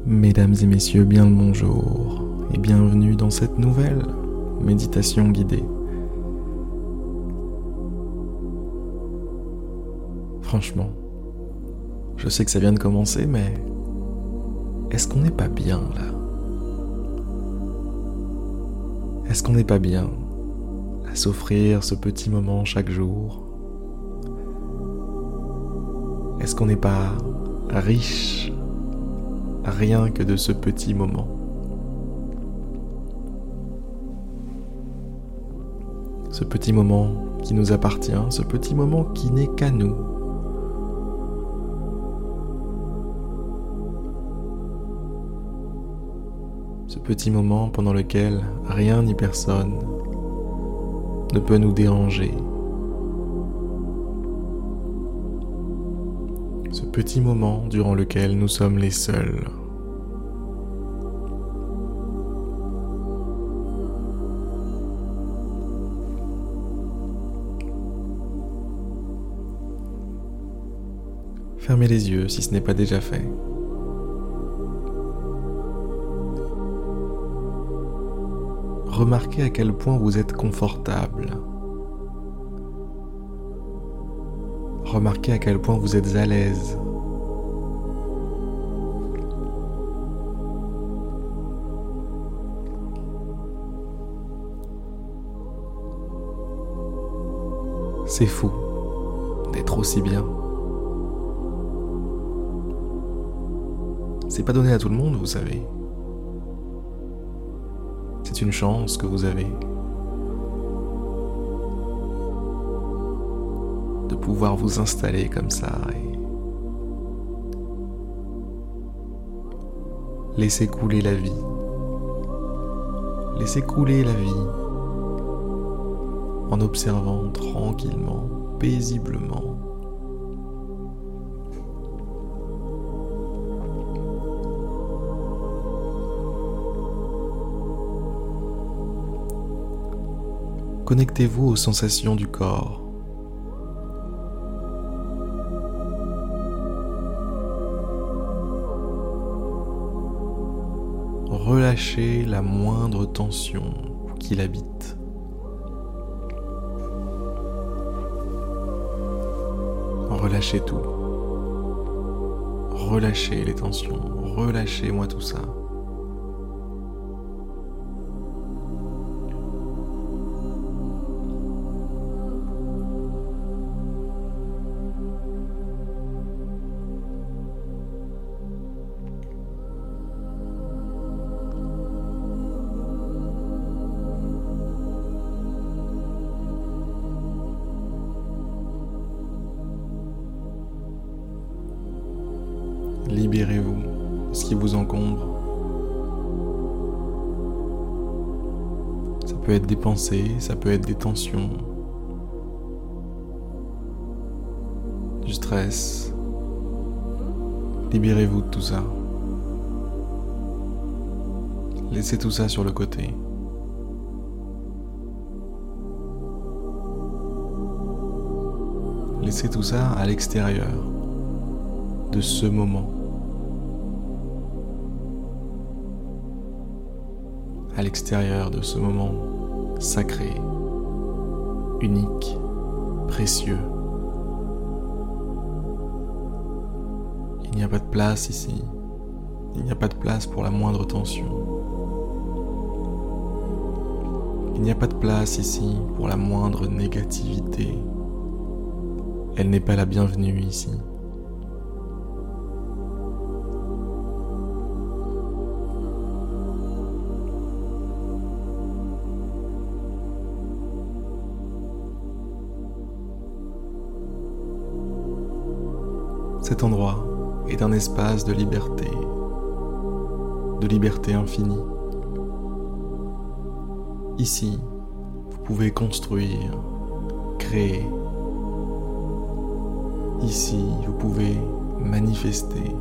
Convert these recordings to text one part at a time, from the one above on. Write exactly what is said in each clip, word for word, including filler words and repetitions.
Mesdames et messieurs, bien le bonjour et bienvenue dans cette nouvelle méditation guidée. Franchement, je sais que ça vient de commencer, mais est-ce qu'on n'est pas bien là? Est-ce qu'on n'est pas bien à s'offrir ce petit moment chaque jour? Est-ce qu'on n'est pas riche rien que de ce petit moment? Ce petit moment qui nous appartient, ce petit moment qui n'est qu'à nous. Ce petit moment pendant lequel rien ni personne ne peut nous déranger. Ce petit moment durant lequel nous sommes les seuls. Fermez les yeux si ce n'est pas déjà fait. Remarquez à quel point vous êtes confortable. Remarquez à quel point vous êtes à l'aise. C'est fou d'être aussi bien. C'est pas donné à tout le monde, vous savez. C'est une chance que vous avez de pouvoir vous installer comme ça et laisser couler la vie. Laisser couler la vie en observant tranquillement, paisiblement. Connectez-vous aux sensations du corps. Relâchez la moindre tension qui l'habite. Relâchez tout. Relâchez les tensions. Relâchez-moi tout ça. Libérez-vous de ce qui vous encombre. Ça peut être des pensées, ça peut être des tensions, du stress. Libérez-vous de tout ça. Laissez tout ça sur le côté. Laissez tout ça à l'extérieur de ce moment. À l'extérieur de ce moment sacré, unique, précieux. Il n'y a pas de place ici. Il n'y a pas de place pour la moindre tension. Il n'y a pas de place ici pour la moindre négativité. Elle n'est pas la bienvenue ici. Cet endroit est un espace de liberté, de liberté infinie. Ici, vous pouvez construire, créer. Ici, vous pouvez manifester.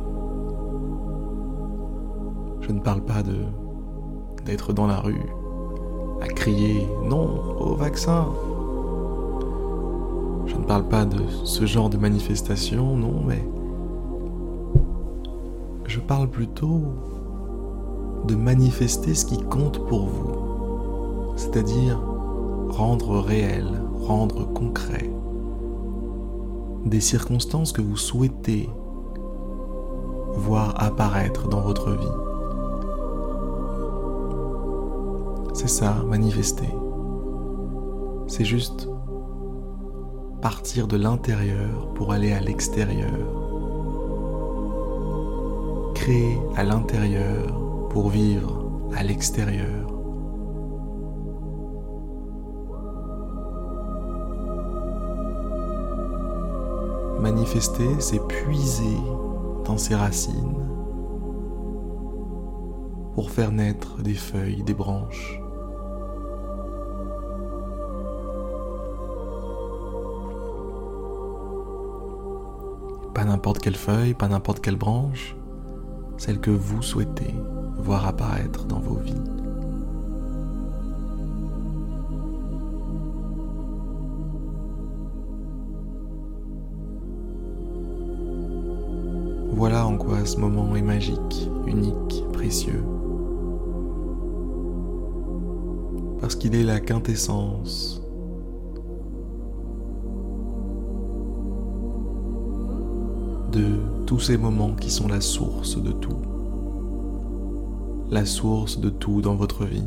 Je ne parle pas de d'être dans la rue, à crier « non au vaccin ». Je ne parle pas de ce genre de manifestation, non, mais je parle plutôt de manifester ce qui compte pour vous, c'est-à-dire rendre réel, rendre concret des circonstances que vous souhaitez voir apparaître dans votre vie. C'est ça, manifester. C'est juste partir de l'intérieur pour aller à l'extérieur. Créer à l'intérieur pour vivre à l'extérieur. Manifester, c'est puiser dans ses racines pour faire naître des feuilles, des branches. Pas n'importe quelle feuille, pas n'importe quelle branche, celle que vous souhaitez voir apparaître dans vos vies. Voilà en quoi ce moment est magique, unique, précieux. Parce qu'il est la quintessence de tous ces moments qui sont la source de tout. La source de tout dans votre vie.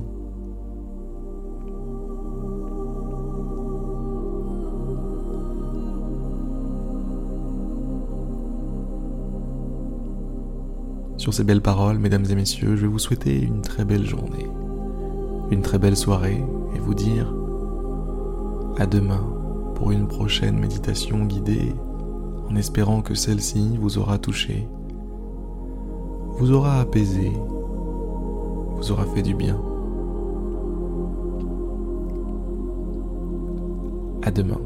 Sur ces belles paroles, mesdames et messieurs, je vais vous souhaiter une très belle journée, une très belle soirée et vous dire à demain pour une prochaine méditation guidée, en espérant que celle-ci vous aura touché, vous aura apaisé, vous aura fait du bien. À demain.